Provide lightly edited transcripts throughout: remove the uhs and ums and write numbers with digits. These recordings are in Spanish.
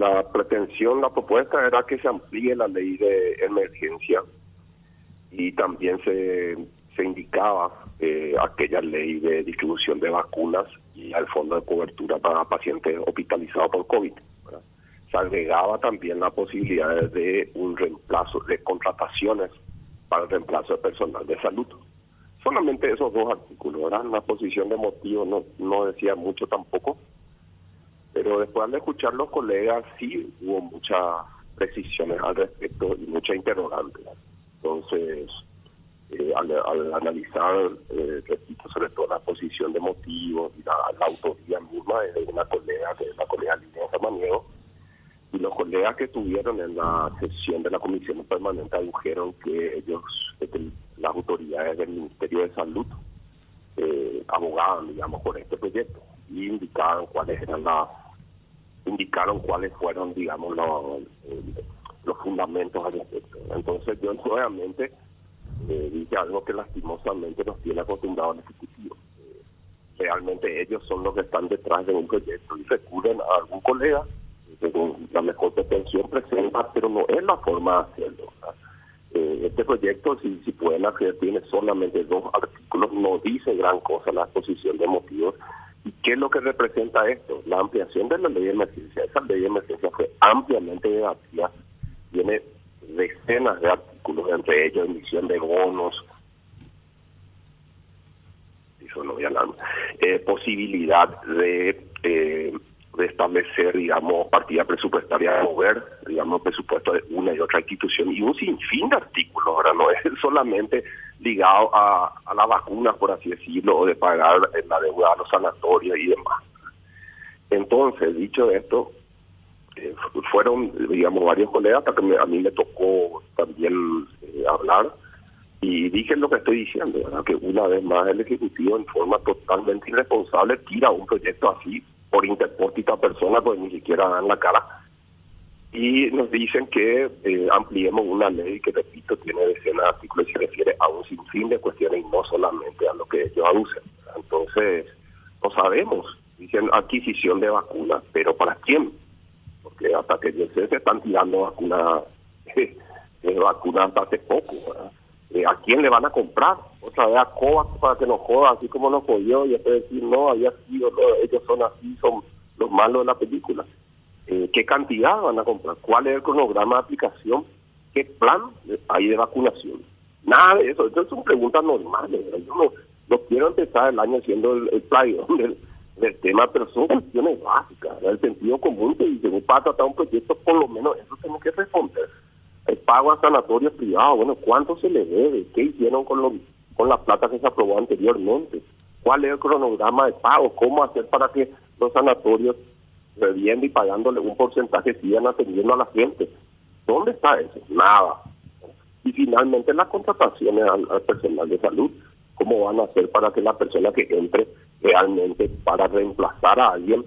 la pretensión, la propuesta era que se amplíe la ley de emergencia y también se indicaba aquella ley de distribución de vacunas y al fondo de cobertura para pacientes hospitalizados por COVID, ¿verdad? Se agregaba también la posibilidad de un reemplazo, de contrataciones para el reemplazo de personal de salud. Solamente esos dos artículos, ¿verdad? La posición de motivo no decía mucho tampoco, pero después de escuchar los colegas sí hubo muchas precisiones al respecto y muchas interrogantes. Entonces, al analizar, repito, sobre todo la posición de motivos y la autoría misma de una colega, que es la colega Liliana Samaniego, y los colegas que estuvieron en la sesión de la Comisión Permanente adujeron que ellos, las autoridades del Ministerio de Salud, abogaban, digamos, por este proyecto y indicaron cuáles fueron, digamos, los fundamentos al respecto. Entonces yo nuevamente dije algo que lastimosamente nos tiene acostumbrados al Ejecutivo. Realmente ellos son los que están detrás de un proyecto y recurren a algún colega según la mejor pretensión presenta, pero no es la forma de hacerlo, ¿verdad? Este proyecto, si pueden hacer, tiene solamente 2 artículos, no dice gran cosa la exposición de motivos. ¿Y qué es lo que representa esto? La ampliación de la ley de emergencia. Esa ley de emergencia fue ampliamente debatida, tiene decenas de artículos, entre ellos emisión de bonos, eso no voy a hablar, posibilidad de establecer, digamos, partida presupuestaria de mover, digamos, presupuesto de una y otra institución y un sinfín de artículos. Ahora no es solamente ligado a las vacunas, por así decirlo, o de pagar la deuda a los sanatorios y demás. Entonces, dicho esto, fueron, digamos, varios colegas, hasta que a mí me tocó también hablar, y dije lo que estoy diciendo, ¿verdad? Que una vez más el Ejecutivo, en forma totalmente irresponsable, tira un proyecto así por interpósita persona, pues ni siquiera dan la cara, y nos dicen que ampliemos una ley que, repito, tiene decenas de artículos y se refiere a un sinfín de cuestiones y no solamente a lo que ellos aducen. Entonces, no sabemos, dicen adquisición de vacunas, pero ¿para quién? Porque hasta que yo sé, se están tirando vacunas hasta hace poco, ¿verdad? ¿A quién le van a comprar? Otra vez a COVAX para que nos joda, así como nos jodió, y después decir, no, había sido, no, ellos son así, son los malos de la película. ¿Qué cantidad van a comprar? ¿Cuál es el cronograma de aplicación? ¿Qué plan hay de vacunación? Nada de eso. Entonces son preguntas normales, ¿verdad? Yo no quiero empezar el año siendo el playón del tema, pero son cuestiones básicas, ¿verdad? El sentido común que dice, para tratar un proyecto, por lo menos eso tenemos que responder. El pago a sanatorios privados, bueno, ¿cuánto se le debe? ¿Qué hicieron con la plata que se aprobó anteriormente? ¿Cuál es el cronograma de pago? ¿Cómo hacer para que los sanatorios, bebiendo y pagándole un porcentaje, sigan atendiendo a la gente? ¿Dónde está eso? Nada. Y finalmente las contrataciones al personal de salud. ¿Cómo van a hacer para que la persona que entre realmente para reemplazar a alguien,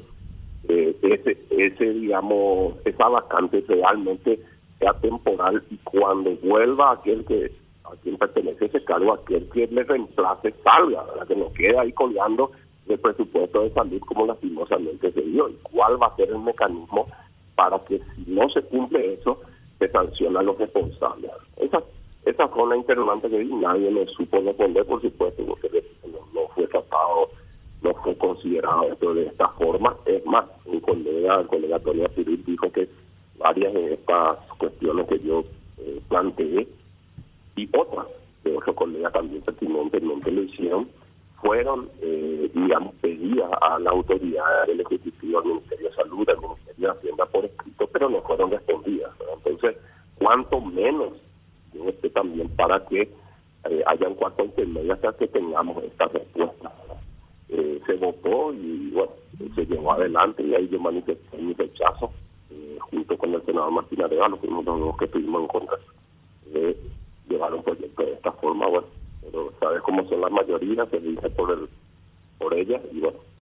digamos, esa vacante realmente sea temporal, y cuando vuelva a quien pertenece ese cargo, aquel que le reemplace salga, ¿verdad? Que no quede ahí colgando el presupuesto de salud como lastimosamente se dio? ¿Y cuál va a ser el mecanismo para que, si no se cumple eso, se sanciona a los responsables? Esa fue una interrogante que nadie me supo responder, por supuesto, porque no fue tratado, no fue considerado esto de esta forma. Es más, el colega Antonio Piril dijo que varias de estas cuestiones que yo planteé, y otras que otros colegas también pertinentemente lo hicieron, fueron, digamos, pedidas a la autoridad del Ejecutivo, al Ministerio de Salud, al Ministerio de Hacienda por escrito, pero no fueron respondidas, ¿verdad? Entonces, cuanto menos también para que haya un cuarto intermedio hasta que tengamos esta respuesta, ¿verdad? Se votó y bueno, se llevó adelante, y ahí yo manifesté mi rechazo junto con el senador Martín Arevalo, fuimos los dos que estuvimos en contra de llevar un proyecto de esta forma. Bueno, pero sabes cómo son las mayorías, se dice por ellas, y bueno,